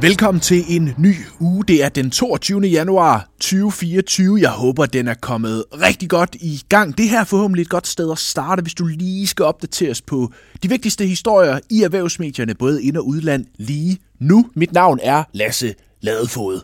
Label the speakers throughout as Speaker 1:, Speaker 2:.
Speaker 1: Velkommen til en ny uge. Det er den 22. januar 2024. Jeg håber, den er kommet rigtig godt i gang. Det her er forhåbentlig et godt sted at starte, hvis du lige skal opdateres på de vigtigste historier i erhvervsmedierne, både ind- og udland lige nu. Mit navn er Lasse Ladefoged.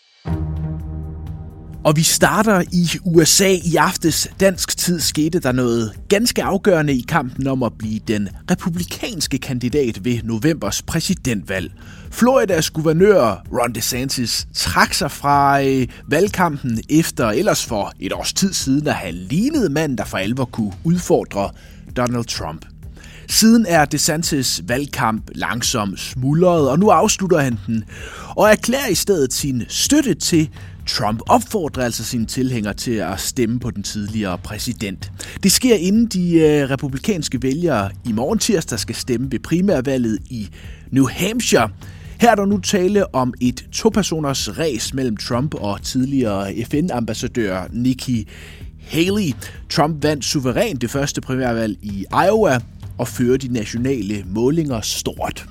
Speaker 1: Og vi starter i USA i aftes. Dansk tid skete der noget ganske afgørende i kampen om at blive den republikanske kandidat ved novembers præsidentvalg. Floridas guvernør Ron DeSantis trak sig fra valgkampen efter ellers for et års tid siden at have lignet mand, der for alvor kunne udfordre Donald Trump. Siden er DeSantis valgkamp langsomt smuldret, og nu afslutter han den og erklærer i stedet sin støtte til Trump, opfordrer altså sine tilhængere til at stemme på den tidligere præsident. Det sker inden de republikanske vælgere i morgen tirsdag skal stemme ved primærvalget i New Hampshire. Her er der nu tale om et topersoners ræs mellem Trump og tidligere FN-ambassadør Nikki Haley. Trump vandt suverænt det første primærvalg i Iowa og fører de nationale målinger stort.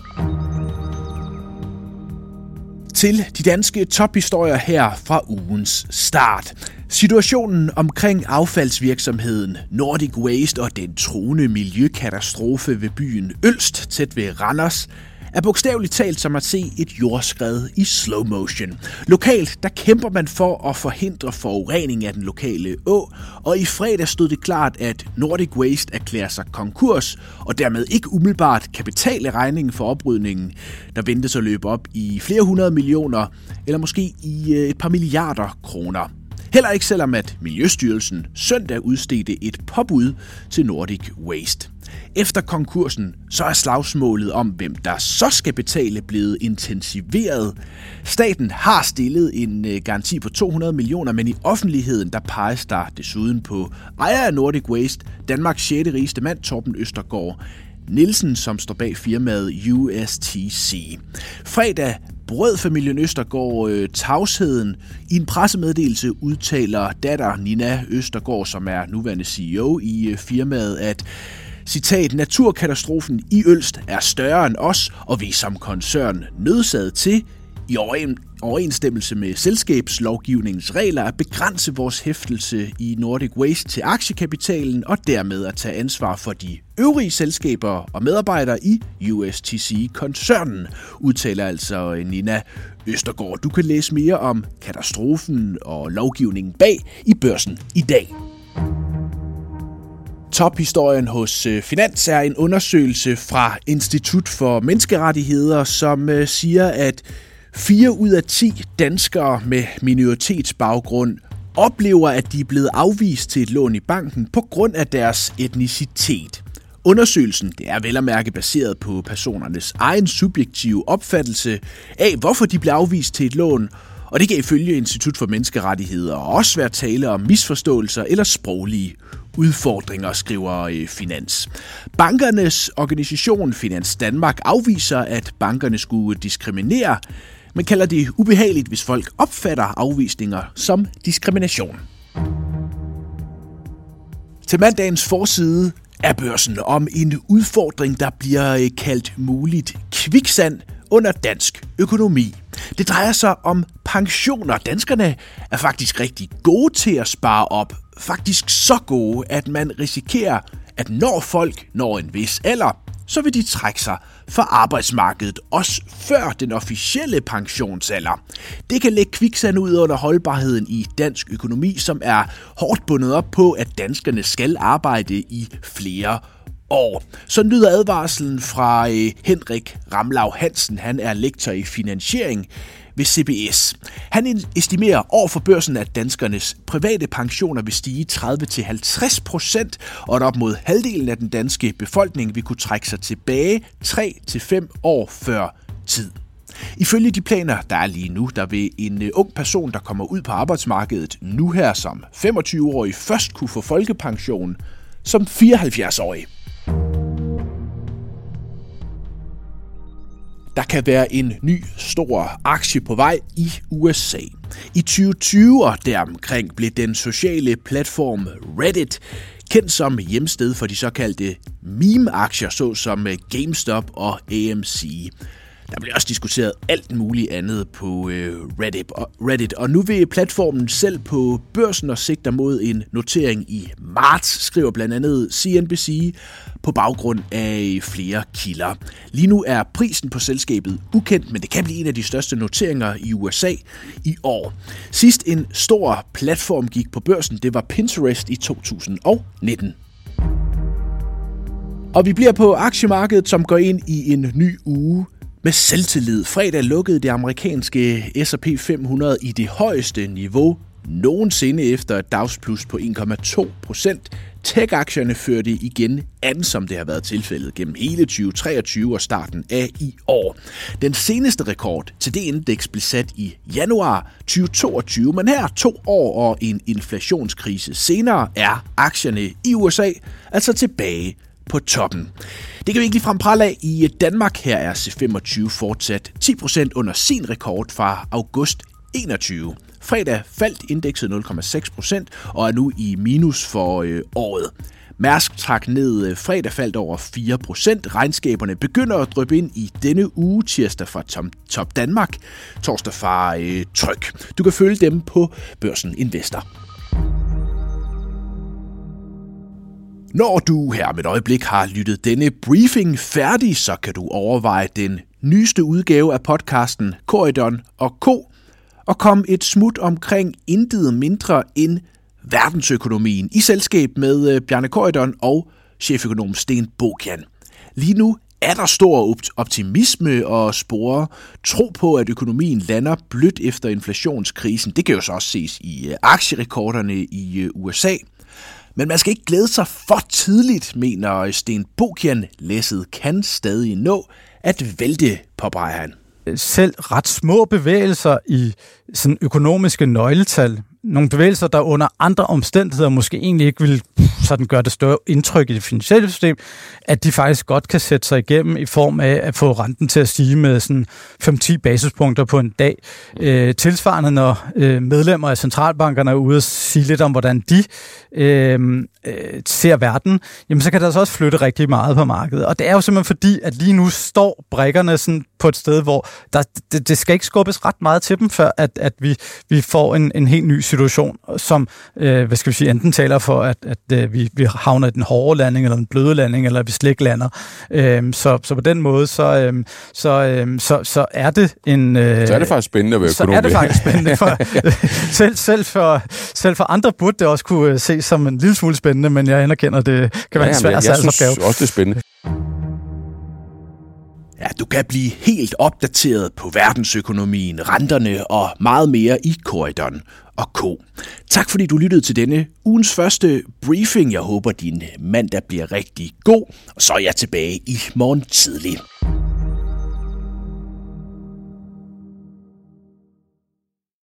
Speaker 1: Til de danske tophistorier her fra ugens start. Situationen omkring affaldsvirksomheden Nordic Waste og den truende miljøkatastrofe ved byen Ølst tæt ved Randers er bogstaveligt talt som at se et jordskred i slow motion. Lokalt der kæmper man for at forhindre forurening af den lokale å, og i fredag stod det klart, at Nordic Waste erklærer sig konkurs, og dermed ikke umiddelbart kan betale regningen for oprydningen, der ventes at løbe op i flere hundrede millioner, eller måske i et par milliarder kroner. Heller ikke selvom at Miljøstyrelsen søndag udstedte et påbud til Nordic Waste. Efter konkursen så er slagsmålet om, hvem der så skal betale, blevet intensiveret. Staten har stillet en garanti på 200 millioner, men i offentligheden der peges der desuden på ejer af Nordic Waste, Danmarks 6. rigeste mand, Torben Østergaard Nielsen, som står bag firmaet USTC. Fredag brød familien Østergaard tavsheden. I en pressemeddelelse udtaler datter Nina Østergaard, som er nuværende CEO i firmaet, at citat, naturkatastrofen i Ølst er større end os, og vi som koncern nødsaget til, i overensstemmelse med selskabslovgivningens regler, at begrænse vores hæftelse i Nordic Waste til aktiekapitalen og dermed at tage ansvar for de øvrige selskaber og medarbejdere i USTC-koncernen, udtaler altså Nina Østergaard. Du kan læse mere om katastrofen og lovgivningen bag i Børsen i dag. Tophistorien hos Finans er en undersøgelse fra Institut for Menneskerettigheder, som siger, at 4 ud af 10 danskere med minoritetsbaggrund oplever, at de er blevet afvist til et lån i banken på grund af deres etnicitet. Undersøgelsen det er vel at mærke baseret på personernes egen subjektive opfattelse af, hvorfor de bliver afvist til et lån, og det kan ifølge Institut for Menneskerettigheder også være tale om misforståelser eller sproglige udfordringer, skriver Finans. Bankernes organisation Finans Danmark afviser, at bankerne skulle diskriminere, men kalder det ubehageligt, hvis folk opfatter afvisninger som diskrimination. Til mandagens forside er Børsen om en udfordring, der bliver kaldt muligt kviksand under dansk økonomi. Det drejer sig om pensioner. Danskerne er faktisk rigtig gode til at spare op. Faktisk så gode, at man risikerer, at når folk når en vis alder, så vil de trække sig fra arbejdsmarkedet, også før den officielle pensionsalder. Det kan lægge kviksand ud under holdbarheden i dansk økonomi, som er hårdt bundet op på, at danskerne skal arbejde i flere år. Så lyder advarslen fra Henrik Ramlau Hansen. Han er lektor i finansiering ved CBS. Han estimerer over for Børsen, at danskernes private pensioner vil stige 30-50%, og at op mod halvdelen af den danske befolkning vil kunne trække sig tilbage 3-5 år før tid. Ifølge de planer, der er lige nu, der vil en ung person, der kommer ud på arbejdsmarkedet nu her som 25-årig, først kunne få folkepension som 74-årig. Der kan være en ny stor aktie på vej i USA. I 2020 og deromkring blev den sociale platform Reddit kendt som hjemsted for de såkaldte meme-aktier, såsom GameStop og AMC. Der bliver også diskuteret alt muligt andet på Reddit, og nu vil platformen selv på børsen og sigter mod en notering i marts, skriver blandt andet CNBC på baggrund af flere kilder. Lige nu er prisen på selskabet ukendt, men det kan blive en af de største noteringer i USA i år. Sidst en stor platform gik på børsen, det var Pinterest i 2019. Og vi bliver på aktiemarkedet, som går ind i en ny uge med selvtillid. Fredag lukkede det amerikanske S&P 500 i det højeste niveau nogensinde efter et dagsplus på 1,2%. Tech-aktierne førte igen an, som det har været tilfældet gennem hele 2023 og starten af i år. Den seneste rekord til det indeks blev sat i januar 2022, men her 2 år og en inflationskrise senere er aktierne i USA altså tilbage på toppen. Det kan vi ikke ligefrem prale af i Danmark. Her er C25 fortsat 10% under sin rekord fra august 21. Fredag faldt indekset 0,6% og er nu i minus for året. Mærsk trak ned, fredag faldt over 4%. Regnskaberne begynder at dryppe ind i denne uge, tirsdag fra Top Danmark, torsdag fra Tryg. Du kan følge dem på Børsen Investor. Når du her om et øjeblik har lyttet denne briefing færdig, så kan du overveje den nyeste udgave af podcasten Corydon & Co. og komme et smut omkring intet mindre end verdensøkonomien i selskab med Bjarne Corydon og cheføkonom Sten Bokian. Lige nu er der stor optimisme og spore tro på, at økonomien lander blødt efter inflationskrisen. Det kan jo så også ses i aktierekorderne i USA. Men man skal ikke glæde sig for tidligt, mener Sten Bokian. Læsset kan stadig nå at vælte, påpeger han.
Speaker 2: Selv ret små bevægelser i sådan økonomiske nøgletal, nogle bevægelser, der under andre omstændigheder måske egentlig ikke vil sådan gøre det større indtryk i det finansielle system, at de faktisk godt kan sætte sig igennem i form af at få renten til at stige med sådan 5-10 basispunkter på en dag. Tilsvarende, når medlemmer af centralbankerne er ude og sige lidt om, hvordan de ser verden, jamen så kan der også flytte rigtig meget på markedet. Og det er jo simpelthen fordi, at lige nu står brikkerne sådan på et sted, hvor det skal ikke skubbes ret meget til dem, før at vi får en helt ny situation, som enten taler for, at vi havner i den hårde landing, eller den bløde landing, eller vi slet ikke lander. Så på den måde, så er det en...
Speaker 3: så er det faktisk spændende at være økonom.
Speaker 2: Så er det faktisk spændende. Selv for andre burde det også kunne ses som en lille smule spændende, men jeg anerkender, at det kan være en svær salgsopgave.
Speaker 3: Jeg synes også, det er spændende.
Speaker 1: Ja, du kan blive helt opdateret på verdensøkonomien, renterne og meget mere i Corydon & Co. Tak fordi du lyttede til denne ugens første briefing. Jeg håber, din mandag bliver rigtig god, og så er jeg tilbage i morgen tidlig.